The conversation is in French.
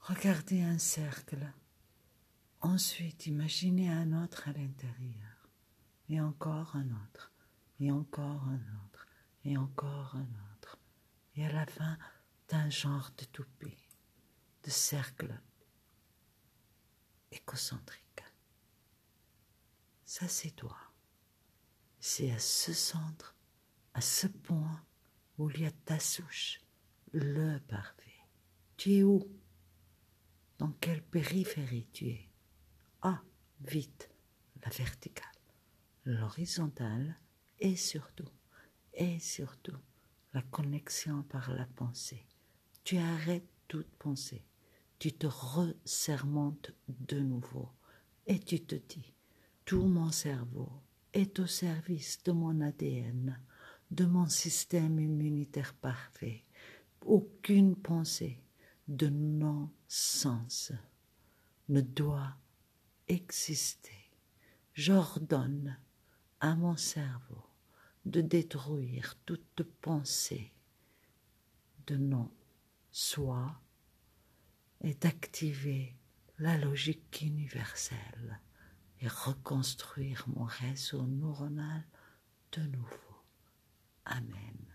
Regardez un cercle. Ensuite, imaginez un autre à l'intérieur. Et encore un autre. Et encore un autre. Et encore un autre. Et à la fin, d'un genre de toupie, de cercle écocentrique. Ça, c'est toi. C'est à ce centre, à ce point où il y a ta souche, le parfait. Tu es où? Dans quelle périphérie tu es? Ah, vite, la verticale, l'horizontale et surtout, la connexion par la pensée. Tu arrêtes toute pensée. Tu te ressermentes de nouveau et tu te dis, tout mon cerveau est au service de mon ADN, de mon système immunitaire parfait. Aucune pensée de non-sens ne doit exister. J'ordonne à mon cerveau de détruire toute pensée de non-soi et d'activer la logique universelle et reconstruire mon réseau neuronal de nouveau. Amen.